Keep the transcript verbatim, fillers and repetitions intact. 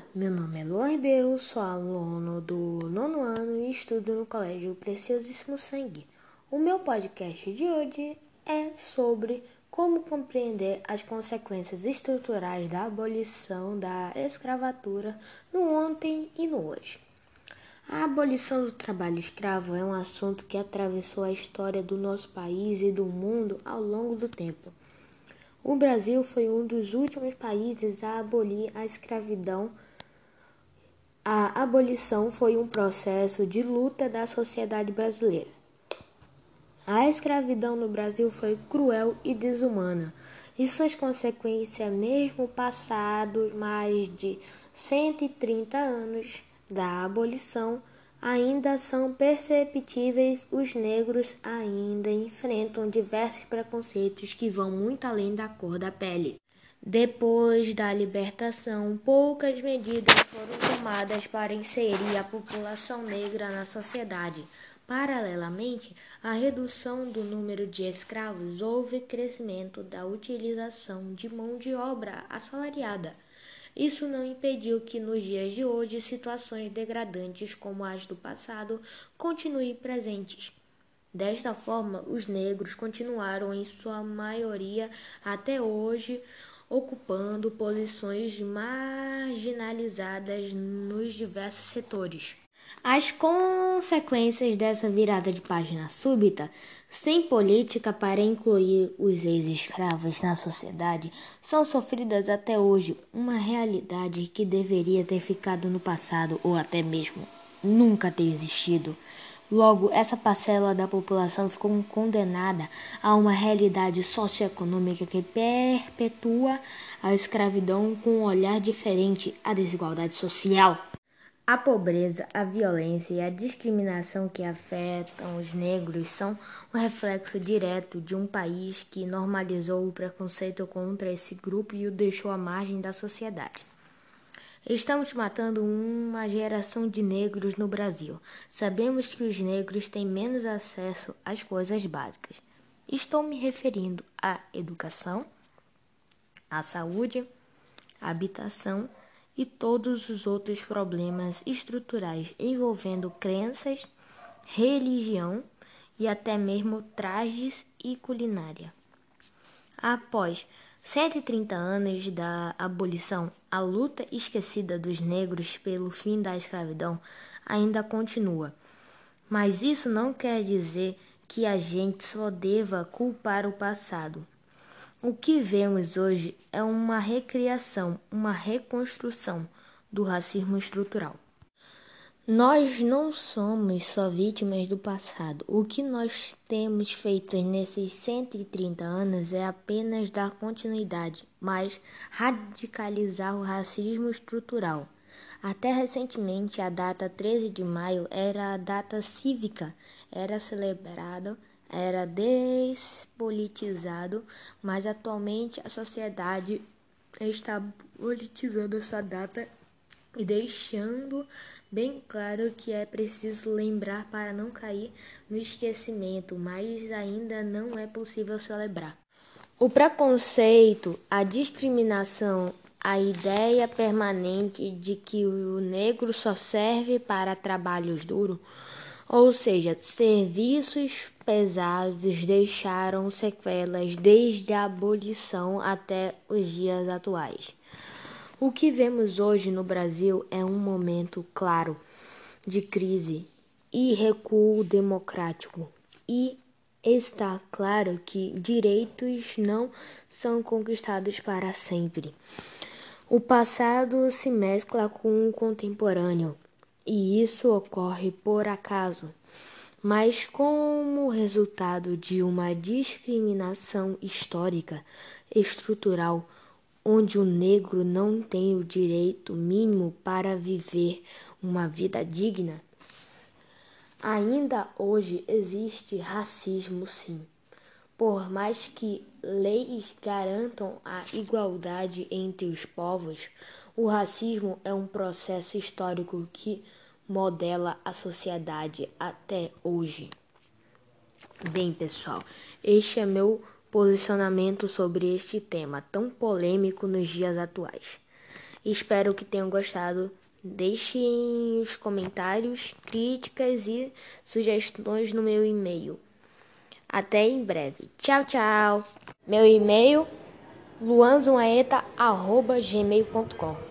Meu nome é Luan Ribeiro, sou aluno do nono ano e estudo no Colégio Preciosíssimo Sangue. O meu podcast de hoje é sobre como compreender as consequências estruturais da abolição da escravatura no ontem e no hoje. A abolição do trabalho escravo é um assunto que atravessou a história do nosso país e do mundo ao longo do tempo. O Brasil foi um dos últimos países a abolir a escravidão. A abolição foi um processo de luta da sociedade brasileira. A escravidão no Brasil foi cruel e desumana, e suas consequências, mesmo passados mais de cento e trinta anos da abolição, ainda são perceptíveis. Os negros ainda enfrentam diversos preconceitos que vão muito além da cor da pele. Depois da libertação, poucas medidas foram tomadas para inserir a população negra na sociedade. Paralelamente à redução do número de escravos, houve crescimento da utilização de mão de obra assalariada. Isso não impediu que, nos dias de hoje, situações degradantes como as do passado continuem presentes. Desta forma, os negros continuaram, em sua maioria até hoje, ocupando posições marginalizadas nos diversos setores. As consequências dessa virada de página súbita, sem política para incluir os ex-escravos na sociedade, são sofridas até hoje, uma realidade que deveria ter ficado no passado ou até mesmo nunca ter existido. Logo, essa parcela da população ficou condenada a uma realidade socioeconômica que perpetua a escravidão com um olhar diferente à desigualdade social. A pobreza, a violência e a discriminação que afetam os negros são um reflexo direto de um país que normalizou o preconceito contra esse grupo e o deixou à margem da sociedade. Estamos matando uma geração de negros no Brasil. Sabemos que os negros têm menos acesso às coisas básicas. Estou me referindo à educação, à saúde, à habitação e todos os outros problemas estruturais envolvendo crenças, religião e até mesmo trajes e culinária. Após cento e trinta anos da abolição, a luta esquecida dos negros pelo fim da escravidão ainda continua. Mas isso não quer dizer que a gente só deva culpar o passado. O que vemos hoje é uma recriação, uma reconstrução do racismo estrutural. Nós não somos só vítimas do passado. O que nós temos feito nesses cento e trinta anos é apenas dar continuidade, mas radicalizar o racismo estrutural. Até recentemente, a data treze de maio era a data cívica, era celebrada, era despolitizado, mas atualmente a sociedade está politizando essa data e deixando bem claro que é preciso lembrar para não cair no esquecimento, mas ainda não é possível celebrar. O preconceito, a discriminação, a ideia permanente de que o negro só serve para trabalhos duros, ou seja, serviços pesados, deixaram sequelas desde a abolição até os dias atuais. O que vemos hoje no Brasil é um momento claro de crise e recuo democrático. E está claro que direitos não são conquistados para sempre. O passado se mescla com o contemporâneo, e isso ocorre por acaso, mas como resultado de uma discriminação histórica, estrutural, onde o negro não tem o direito mínimo para viver uma vida digna. Ainda hoje existe racismo, sim. Por mais que leis garantam a igualdade entre os povos, o racismo é um processo histórico que modela a sociedade até hoje. Bem, pessoal, este é meu posicionamento sobre este tema tão polêmico nos dias atuais. Espero que tenham gostado. Deixem os comentários, críticas e sugestões no meu e-mail. Até em breve. Tchau, tchau. Meu e-mail luanzuaeta arroba gmail ponto com.